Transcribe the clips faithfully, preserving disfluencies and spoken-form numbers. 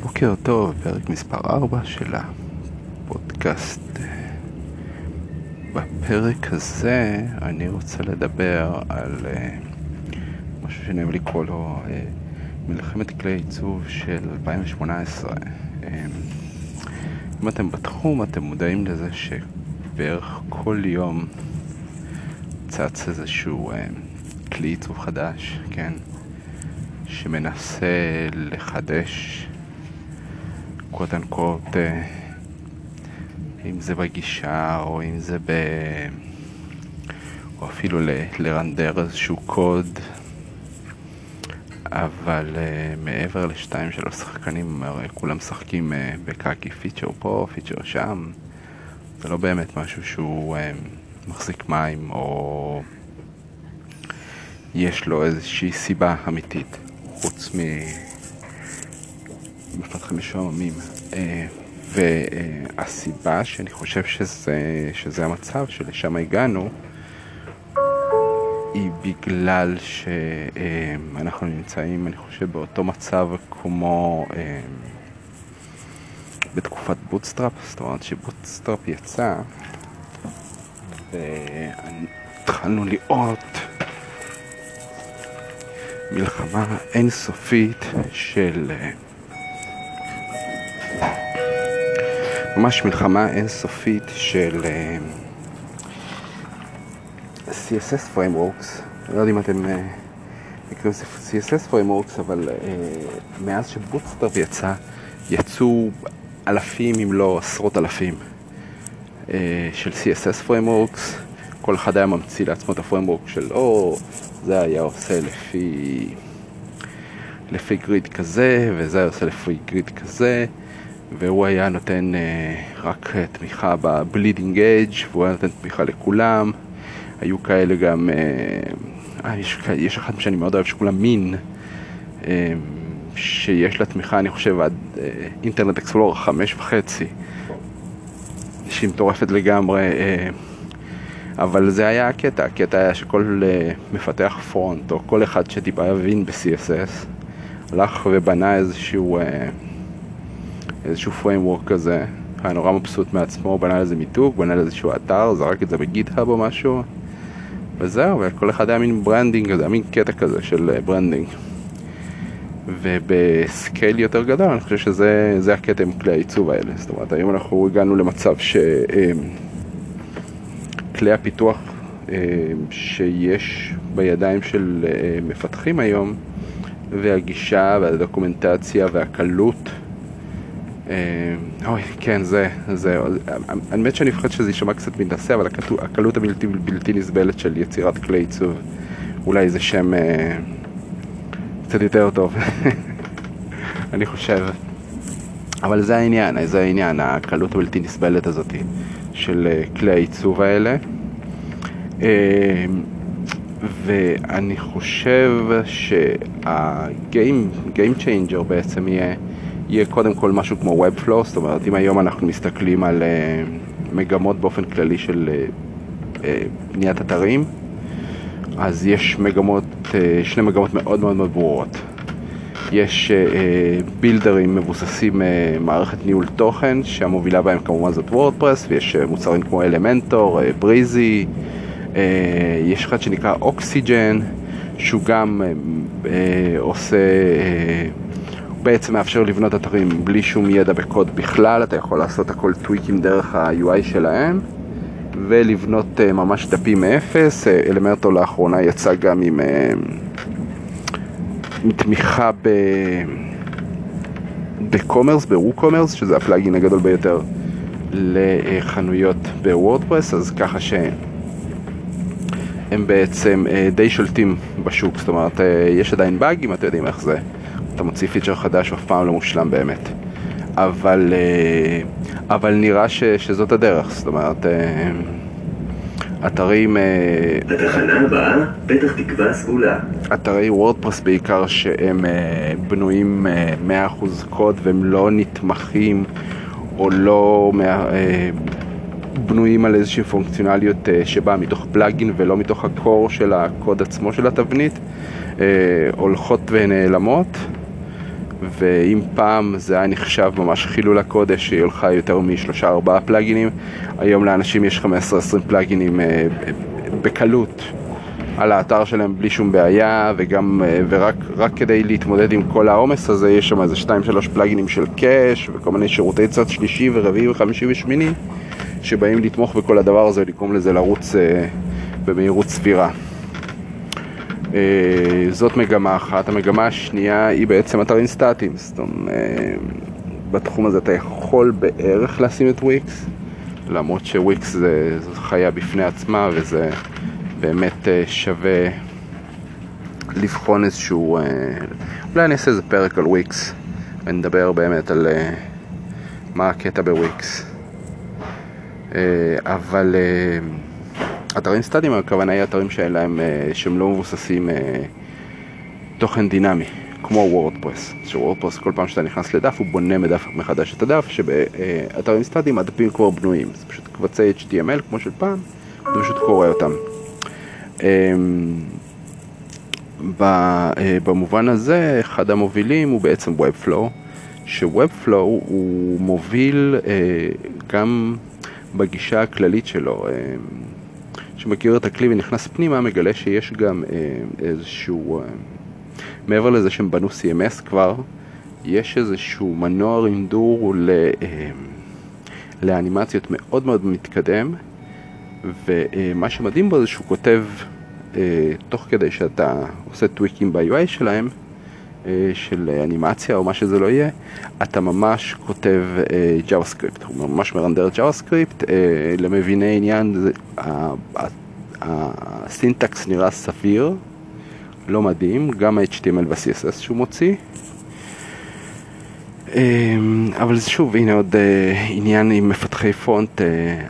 בוקר טוב, פרק מספר ארבע של הפודקאסט. בפרק הזה אני רוצה לדבר על משהו שנעים לקרוא לו מלחמת כלי עיצוב של אלפיים ושמונה עשרה. אם אתם בתחום, אתם מודעים לזה שבערך כל יום צץ איזשהו כלי עיצוב חדש, כן? שמנסה לחדש קוט אנקוט, אם זה בגישה או אם זה ב... או אפילו ל... לרנדר איזשהו קוד, אבל uh, מעבר לשתיים שלוש שחקנים, כולם משחקים uh, בקאקי, פיצ'ר פה, פיצ'ר שם. זה לא באמת משהו שהוא uh, מחזיק מים או יש לו איזושהי סיבה אמיתית חוץ מפתחים משועממים. uh, והסיבה שאני חושב שזה, שזה המצב שלשם הגענו היא בגלל שאנחנו נמצאים, אני חושב, באותו מצב כמו בתקופת בוטסטראפ. זאת אומרת שבוטסטראפ יצא והתחלנו לראות מלחמה אינסופית של ממש מלחמה אינסופית של סי אס אס Frameworks. לא יודע אם אתם מכירים סי אס אס Frameworks, אבל מאז שבוטסטראפ יצא, יצאו אלפים אם לא עשרות אלפים של סי אס אס Frameworks. כל אחד היה ממציא לעצמו את הפריימוורק שלו, זה היה עושה לפי לפי גריד כזה, וזה היה עושה לפי גריד כזה, והוא היה נותן uh, רק תמיכה בבלידינג אדג' והוא היה נותן תמיכה לכולם. היו כאלה גם, uh, אה, יש, יש אחד שאני מאוד אוהב שכולם מין, uh, שיש לה תמיכה, אני חושב, עד uh, אינטרנט אקספלורר חמש וחצי, שהיא מטורפת לגמרי, uh, אבל זה היה הקטע, הקטע היה שכל uh, מפתח פרונט, או כל אחד שטיפה יבין ב-סי אס אס, הלך ובנה איזשהו... Uh, איזשהו פריימוורק כזה, היה נורא מבסוט מעצמו, בנה לזה מיתוג, בנה לזה איזשהו אתר, זרק את זה בגיט-האב או משהו, וזהו, וכל אחד היה מין ברנדינג כזה, מין קטע כזה של ברנדינג. ובסקייל יותר גדול, אני חושב שזה זה הקטע עם כלי העיצוב האלה. זאת אומרת, היום אנחנו הגענו למצב שכלי הפיתוח שיש בידיים של מפתחים היום, והגישה והדוקומנטציה והקלות, אוי, כן, זה, זה, אני באמת שאני מפחד שזה יישמע קצת מתנשא, אבל הקלות הבלתי בלתי נסבלת של יצירת כלי עיצוב, אולי זה שם אה, קצת יותר טוב, אני חושב, אבל זה העניין, זה העניין, הקלות הבלתי נסבלת הזאת של כלי העיצוב האלה, אה, ואני חושב שהגיים, game changer בעצם יהיה, יהיה קודם כל משהו כמו Webflow. זאת אומרת, אם היום אנחנו מסתכלים על uh, מגמות באופן כללי של uh, uh, בניית אתרים, אז יש מגמות, uh, שני מגמות מאוד מאוד מאוד ברורות. יש uh, uh, בילדרים מבוססים uh, מערכת ניהול תוכן, שהמובילה בהם כמובן זאת וורדפרס, ויש uh, מוצרים כמו אלמנטור, uh, בריזי, uh, יש אחד שנקרא אוקסיג'ן, שהוא גם uh, uh, עושה... Uh, בעצם מאפשר לבנות אתרים בלי שום ידע בקוד בכלל. אתה יכול לעשות הכל טוויקים דרך ה-יו איי שלהם ולבנות uh, ממש דפים מאפס. uh, אלמנטור לאחרונה יצא גם עם, uh, עם תמיכה ב בקומרס, בווקומרס, שזה הפלאגין הגדול ביותר לחנויות בוורדפרס, אז ככה שהם בעצם uh, די שולטים בשוק. זאת אומרת, uh, יש עדיין באגים, אתם יודעים איך זה, אתה מוציא פיצ'ר חדש, אף פעם לא מושלם באמת. אבל, אבל נראה ש, שזאת הדרך. זאת אומרת, אתרים... בתחנה הבאה, פתח תקווה סגולה. אתרי וורדפרס בעיקר שהם בנויים מאה אחוז קוד והם לא נתמכים או לא בנויים על איזושהי פונקציונליות שבאה מתוך פלאגין ולא מתוך הקור של הקוד עצמו של התבנית, הולכות ונעלמות. ואם פעם זה היה נחשב ממש חילול הקודש, שיהיו לך יותר משלושה ארבעה פלאגינים, היום לאנשים יש חמש עשרה עשרים פלאגינים אה, בקלות על האתר שלהם בלי שום בעיה, וגם, ורק רק כדי להתמודד עם כל העומס הזה, יש שם איזה שתיים שלוש פלאגינים של קאש, וכל מיני שירותי צד שלישי ורביעי וחמישי ושמיני, שבאים לתמוך בכל הדבר הזה, ולקום לזה לרוץ אה, במהירות סבירה. אה, זאת מגמה אחת. המגמה השנייה היא בעצם אתרים סטטיים. זאת אומרת, אה, בתחום הזה אתה יכול בערך לשים את וויקס, למרות שוויקס זה, זה חיה בפני עצמה, וזה באמת שווה לבחון איזשהו, אולי אני אעשה איזה פרק על וויקס ונדבר באמת על מה הקטע בוויקס. אבל אתרים סטטיים, הכוונה היא אתרים שאלהם, שהם לא מבוססים תוכן דינמי, כמו וורדפרס. שוורדפרס, כל פעם שאתה נכנס לדף, הוא בונה מדף מחדש את הדף, שבאתרים סטטיים הדפים כבר בנויים. זה פשוט קבצי אייץ' טי אם אל כמו של פעם, זה פשוט קורא אותם. במובן הזה, אחד המובילים הוא בעצם Webflow, ש-Webflow הוא מוביל גם בגישה הכללית שלו. שמכיר את הכלי ונכנס פנימה, מגלה שיש גם איזשהו, מעבר לזה שהם בנו סי אם אס כבר, יש איזשהו מנוע רינדור לאנימציות מאוד מאוד מתקדם, ומה שמדהים בו זה שהוא כותב, תוך כדי שאתה עושה טוויקים ב-יו איי שלהם, של אנימציה או מה שזה לא יהיה, אתה ממש כותב JavaScript, הוא ממש מרנדר JavaScript, למביני עניין, הסינטקס נראה סביר, לא מדהים, גם ה-אייץ' טי אם אל וה-סי אס אס שהוא מוציא, אבל זה שוב, הנה עוד עניין עם מפתחי פונט,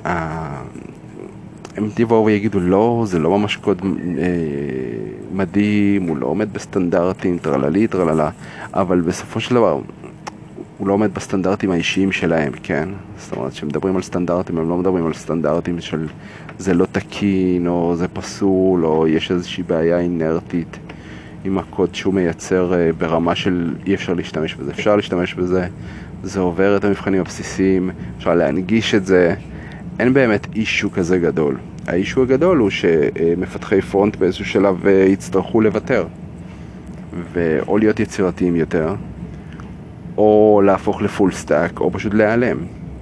הם תבואו ויגידו לא, זה לא ממש קוד מדהים, הוא לא עומד בסטנדרטים, טרללי, טרללה, אבל בסופו של דבר, הוא לא עומד בסטנדרטים האישיים שלהם, כן? זאת אומרת, כשמדברים על סטנדרטים, הם לא מדברים על סטנדרטים של זה לא תקין, או זה פסול, או יש איזושהי בעיה אינרטית עם הקוד שהוא מייצר ברמה של אי אפשר להשתמש בזה. אפשר להשתמש בזה, זה עובר את המבחנים הבסיסיים, אפשר להנגיש את זה, אין באמת אישו כזה גדול. האישו הגדול הוא שמפתחי פרונט באיזשהו שלב יצטרכו לוותר, או להיות יצירתיים יותר, או להפוך לפול סטאק, או פשוט להיעלם.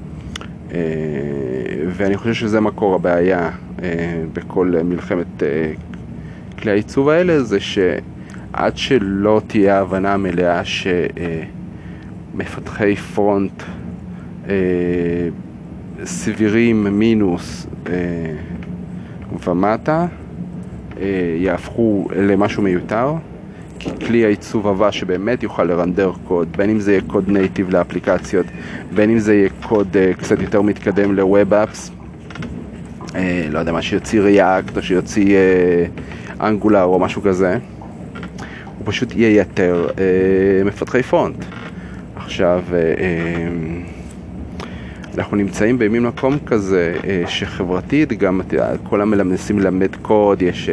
ואני חושב שזה מקור הבעיה בכל מלחמת כלי העיצוב האלה, זה שעד שלא תהיה הבנה מלאה שמפתחי פרונט סבירים מינוס ומטה יהפכו למשהו מיותר, כי כלי העיצוב הבא שבאמת יוכל לרנדר קוד, בין אם זה יהיה קוד נייטיב לאפליקציות, בין אם זה יהיה קוד קצת יותר מתקדם ל-Web Apps, לא יודע מה, שיוציא React או שיוציא Angular או משהו כזה, הוא פשוט יהיה יותר מפתחי פונט. עכשיו, אנחנו נמצאים בימים מקום כזה שחברתית, גם כל המלמדים ללמד קוד, יש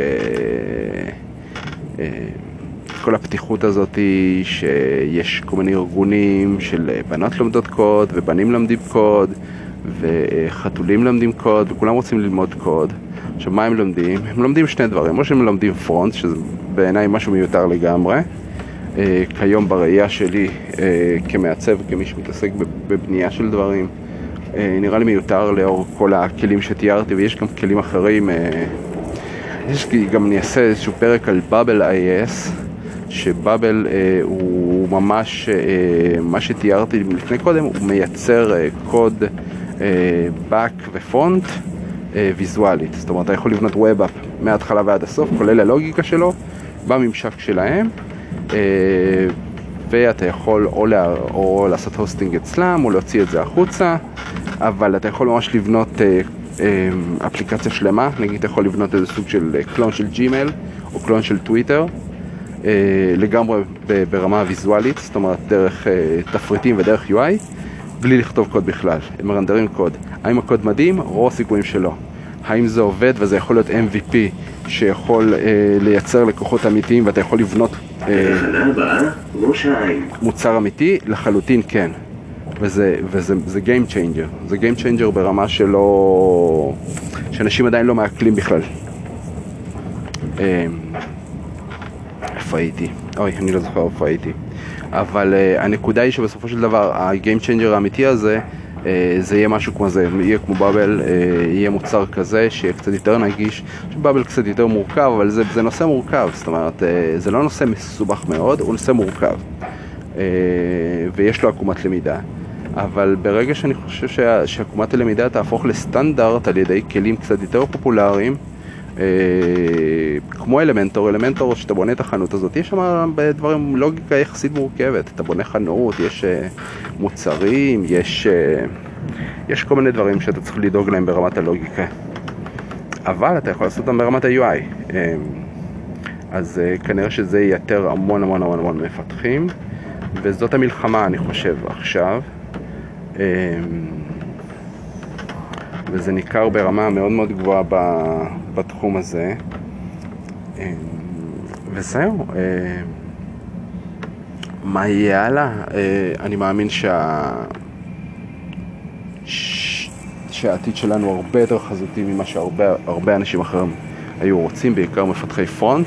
כל הפתיחות הזאת שיש כל מיני ארגונים של בנות לומדות קוד ובנים למדים קוד וחתולים למדים קוד וכולם רוצים ללמוד קוד. עכשיו מה הם לומדים? הם לומדים שני דברים, או שהם לומדים פרונט, שזה בעיניי משהו מיותר לגמרי, כיום בראייה שלי כמעצב, כמי שמתעסק בבנייה של דברים, נראה לי מיותר לאור כל הכלים שתיארתי, ויש גם כלים אחרים. יש גם אני אעשה איזשהו פרק על בבל איי אס, שבבל אה, הוא ממש, אה, מה שתיארתי לפני קודם, הוא מייצר אה, קוד אה, באק ופונט אה, ויזואלית. זאת אומרת, אתה יכול לבנות ווב אפ מההתחלה ועד הסוף, כולל הלוגיקה שלו, בממשק שלהם, אה, ואתה יכול או, לה, או לעשות הוסטינג אצלם, או להוציא את זה החוצה, אבל אתה יכול ממש לבנות אה, אה, אפליקציה שלמה. נגיד, אתה יכול לבנות איזה סוג של קלון של ג'ימייל, או קלון של טוויטר, לגמרי ברמה הוויזואלית, זאת אומרת דרך תפריטים ודרך יו איי, בלי לכתוב קוד בכלל. הם מרנדרים קוד. האם הקוד מדהים? רוב הסיכויים שלו. האם זה עובד וזה יכול להיות אם וי פי שיכול לייצר לקוחות אמיתיים ואתה יכול לבנות התחנה הבאה, ראש העין. מוצר אמיתי? לחלוטין כן. וזה, וזה, זה Game Changer. זה Game Changer ברמה שלא... שאנשים עדיין לא מעכלים בכלל. איפה הייתי? אוי, אני לא זוכר איפה הייתי. אבל uh, הנקודה היא שבסופו של דבר, ה-Game Changer האמיתי הזה, uh, זה יהיה משהו כמו זה, יהיה כמו בבל, uh, יהיה מוצר כזה שיהיה קצת יותר נגיש, שבבל קצת יותר מורכב, אבל זה, זה נושא מורכב, זאת אומרת, uh, זה לא נושא מסובך מאוד, הוא נושא מורכב, uh, ויש לו עקומת למידה. אבל ברגע שאני חושב שה, שעקומת הלמידה תהפוך לסטנדרט על ידי כלים קצת יותר פופולריים, אה, כמו אלמנטור, אלמנטור שאתה בונה את החנות הזאת, יש שם בדברים לוגיקה יחסית מורכבת, אתה בונה חנות, יש אה, מוצרים, יש, אה, יש כל מיני דברים שאתה צריך לדאוג להם ברמת הלוגיקה, אבל אתה יכול לעשות אותם ברמת ה-יו איי, אה, אז אה, כנראה שזה ייתר המון המון המון המון מפתחים, וזאת המלחמה אני חושב עכשיו, וזה ניכר ברמה מאוד מאוד גבוהה בתחום הזה, וזהו. מה יהיה הלאה? אני מאמין שה... שהעתיד שלנו הרבה יותר חזותי ממה שהרבה הרבה אנשים אחרים היו רוצים, בעיקר מפתחי פרונט,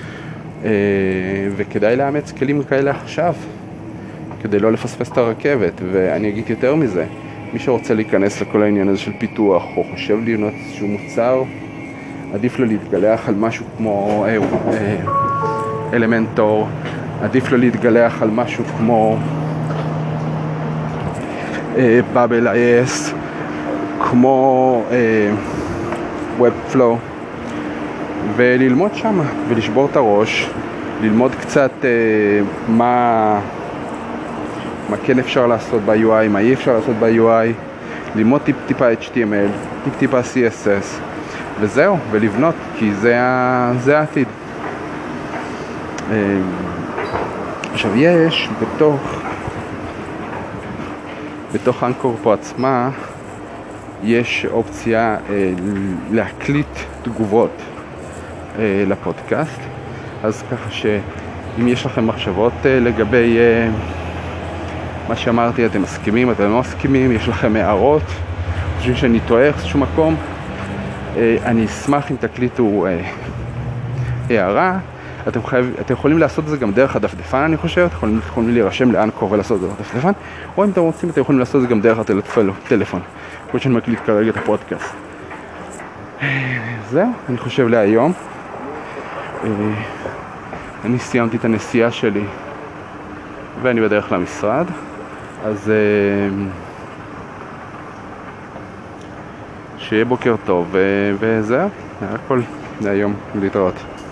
וכדאי לאמץ כלים כאלה עכשיו כדי לא לפספס את הרכבת. ואני אגיד יותר מזה, מי שרוצה להיכנס לכל העניין הזה של פיתוח או חושב לבנות איזשהו מוצר, עדיף לו להתגלח על משהו כמו אה, אה, אלמנטור, עדיף לו להתגלח על משהו כמו אה, בבל איי אס, כמו אה, Webflow, וללמוד שם ולשבור את הראש, ללמוד קצת אה, מה... מה כן אפשר לעשות ב-יו איי, מה אי אפשר לעשות ב-יו איי, ללמוד טיפ טיפה אייץ' טי אם אל, טיפ טיפה סי אס אס, וזהו, ולבנות, כי זה, זה העתיד. עכשיו יש בתוך, בתוך אנקור פה עצמה, יש אופציה אה, להקליט תגובות אה, לפודקאסט, אז ככה שאם יש לכם מחשבות אה, לגבי... אה, מה שאמרתי, אתם מסכימים, אתם לא מסכימים, יש לכם הערות, חושבים שאני טועה איזשהו מקום, אני אשמח אם תקליטו הערה. אתם, חייב, אתם יכולים לעשות את זה גם דרך הדפדפן, אני חושב, אתם יכולים, יכולים להירשם לאנקור ולעשות את זה דרך הדפדפן, או אם אתם רוצים, אתם יכולים לעשות את זה גם דרך הטלפון, כמו שאני מקליט כרגע את הפודקאסט. זהו, אני חושב להיום. אני סיימתי את הנסיעה שלי, ואני בדרך למשרד, אז שיהיה בוקר טוב, וזהו, הכל להיום, להתראות.